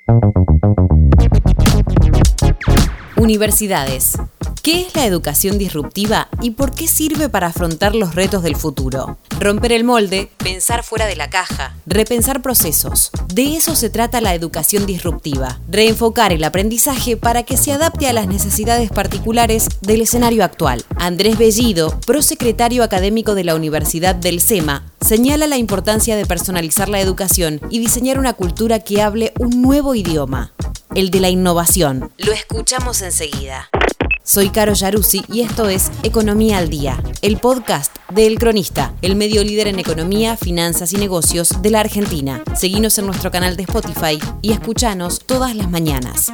Universidades. ¿Qué es la educación disruptiva y por qué sirve para afrontar los retos del futuro? Romper el molde, pensar fuera de la caja, repensar procesos. De eso se trata la educación disruptiva. Reenfocar el aprendizaje para que se adapte a las necesidades particulares del escenario actual. Andrés Bellido, prosecretario académico de la Universidad del SEMA, señala la importancia de personalizar la educación y diseñar una cultura que hable un nuevo idioma, el de la innovación. Lo escuchamos enseguida. Soy Caro Yaruzzi y esto es Economía al Día, el podcast de El Cronista, el medio líder en economía, finanzas y negocios de la Argentina. Seguinos en nuestro canal de Spotify y escuchanos todas las mañanas.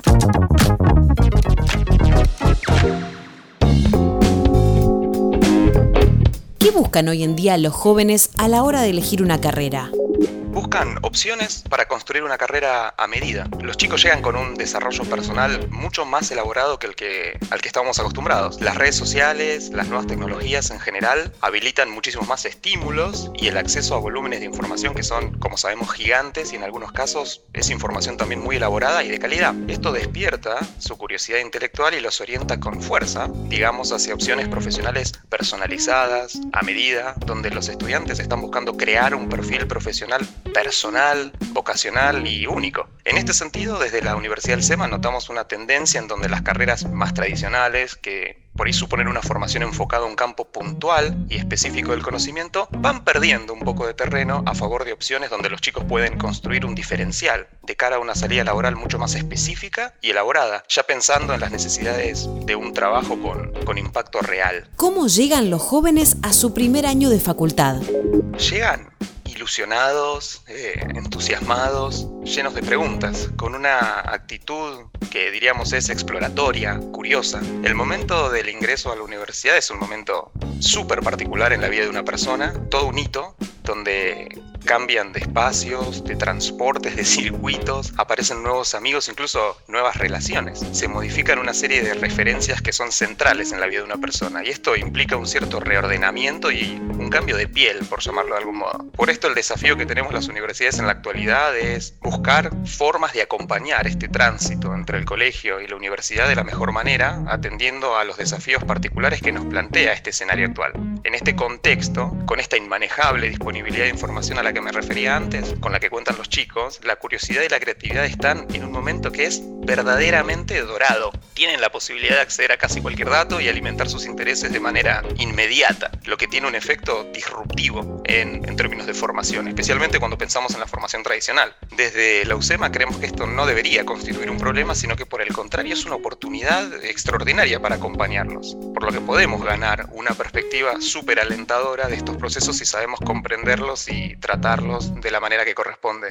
¿Qué buscan hoy en día los jóvenes a la hora de elegir una carrera? Buscan opciones para construir una carrera a medida. Los chicos llegan con un desarrollo personal mucho más elaborado que al que estábamos acostumbrados. Las redes sociales, las nuevas tecnologías en general, habilitan muchísimos más estímulos y el acceso a volúmenes de información que son, como sabemos, gigantes y en algunos casos es información también muy elaborada y de calidad. Esto despierta su curiosidad intelectual y los orienta con fuerza, digamos, hacia opciones profesionales personalizadas, a medida, donde los estudiantes están buscando crear un perfil profesional personal, vocacional y único. En este sentido, desde la Universidad del SEMA notamos una tendencia en donde las carreras más tradicionales, que por ahí suponen una formación enfocada a un campo puntual y específico del conocimiento, van perdiendo un poco de terreno a favor de opciones donde los chicos pueden construir un diferencial de cara a una salida laboral mucho más específica y elaborada, ya pensando en las necesidades de un trabajo con impacto real. ¿Cómo llegan los jóvenes a su primer año de facultad? Llegan ilusionados, entusiasmados, llenos de preguntas, con una actitud que diríamos es exploratoria, curiosa. El momento del ingreso a la universidad es un momento súper particular en la vida de una persona, todo un hito, donde cambian de espacios, de transportes, de circuitos, aparecen nuevos amigos, incluso nuevas relaciones. Se modifican una serie de referencias que son centrales en la vida de una persona y esto implica un cierto reordenamiento y un cambio de piel, por llamarlo de algún modo. Por esto el desafío que tenemos las universidades en la actualidad es buscar formas de acompañar este tránsito entre el colegio y la universidad de la mejor manera, atendiendo a los desafíos particulares que nos plantea este escenario actual. En este contexto, con esta inmanejable disponibilidad de información a la que me refería antes, con la que cuentan los chicos, la curiosidad y la creatividad están en un momento que es verdaderamente dorado. Tienen la posibilidad de acceder a casi cualquier dato y alimentar sus intereses de manera inmediata, lo que tiene un efecto disruptivo en términos de formación, especialmente cuando pensamos en la formación tradicional. Desde la UCEMA creemos que esto no debería constituir un problema, sino que por el contrario es una oportunidad extraordinaria para acompañarlos, por lo que podemos ganar una perspectiva súper alentadora de estos procesos si sabemos comprenderlos y tratarlos de la manera que corresponde.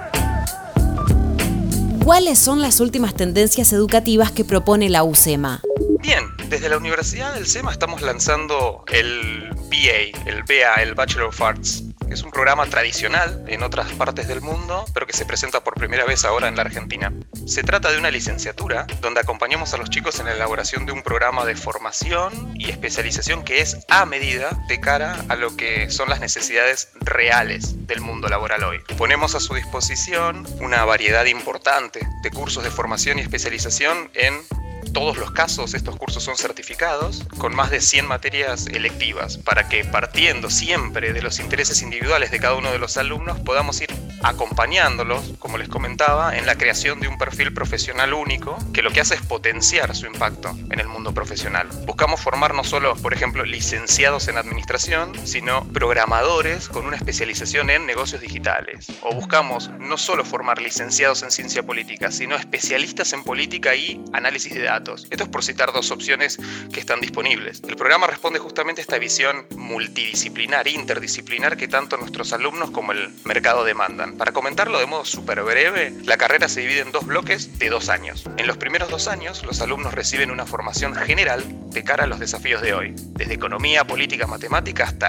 ¿Cuáles son las últimas tendencias educativas que propone la UCEMA? Bien, desde la Universidad del SEMA estamos lanzando el BA, el Bachelor of Arts, que es un programa tradicional en otras partes del mundo, pero que se presenta por primera vez ahora en la Argentina. Se trata de una licenciatura donde acompañamos a los chicos en la elaboración de un programa de formación y especialización que es a medida de cara a lo que son las necesidades reales del mundo laboral hoy. Ponemos a su disposición una variedad importante de cursos de formación y especialización en todos los casos. Estos cursos son certificados con más de 100 materias electivas para que, partiendo siempre de los intereses individuales de cada uno de los alumnos, podamos ir acompañándolos, como les comentaba, en la creación de un perfil profesional único que lo que hace es potenciar su impacto en el mundo profesional. Buscamos formar no solo, por ejemplo, licenciados en administración, sino programadores con una especialización en negocios digitales. O buscamos no solo formar licenciados en ciencia política, sino especialistas en política y análisis de datos. Esto es por citar dos opciones que están disponibles. El programa responde justamente a esta visión multidisciplinar, interdisciplinar que tanto nuestros alumnos como el mercado demandan. Para comentarlo de modo súper breve, la carrera se divide en dos bloques de 2 años. En los primeros 2 años, los alumnos reciben una formación general de cara a los desafíos de hoy, desde economía, política, matemática hasta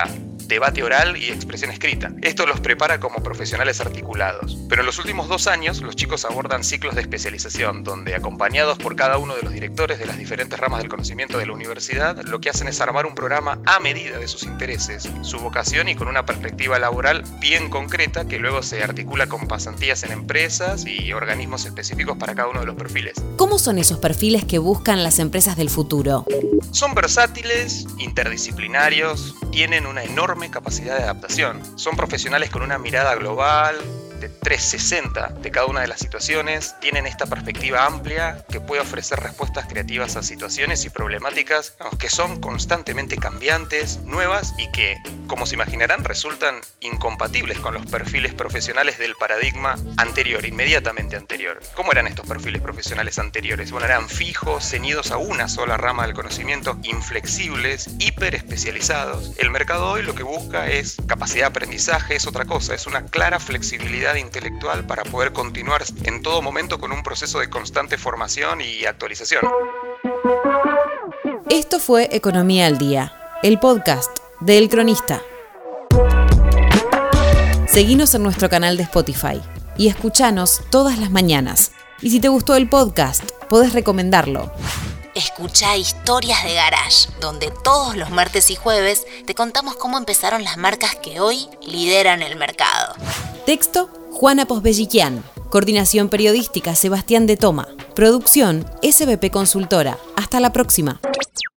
debate oral y expresión escrita. Esto los prepara como profesionales articulados. Pero en los últimos 2 años, los chicos abordan ciclos de especialización, donde acompañados por cada uno de los directores de las diferentes ramas del conocimiento de la universidad, lo que hacen es armar un programa a medida de sus intereses, su vocación y con una perspectiva laboral bien concreta que luego se articula con pasantías en empresas y organismos específicos para cada uno de los perfiles. ¿Cómo son esos perfiles que buscan las empresas del futuro? Son versátiles, interdisciplinarios, tienen una enorme capacidad de adaptación. Son profesionales con una mirada global, de 360 de cada una de las situaciones, tienen esta perspectiva amplia que puede ofrecer respuestas creativas a situaciones y problemáticas que son constantemente cambiantes, nuevas y que, como se imaginarán, resultan incompatibles con los perfiles profesionales del paradigma anterior, inmediatamente anterior. ¿Cómo eran estos perfiles profesionales anteriores? Bueno, eran fijos, ceñidos a una sola rama del conocimiento, inflexibles, hiperespecializados. El mercado hoy lo que busca es capacidad de aprendizaje, es otra cosa, es una clara flexibilidad intelectual para poder continuar en todo momento con un proceso de constante formación y actualización. Esto fue Economía al Día, el podcast de El Cronista. Seguinos en nuestro canal de Spotify y escuchanos todas las mañanas. Y si te gustó el podcast, podés recomendarlo. Escuchá Historias de Garage, donde todos los martes y jueves te contamos cómo empezaron las marcas que hoy lideran el mercado. Texto, Juana Posbelliquian. Coordinación periodística, Sebastián de Toma. Producción, SBP Consultora. Hasta la próxima.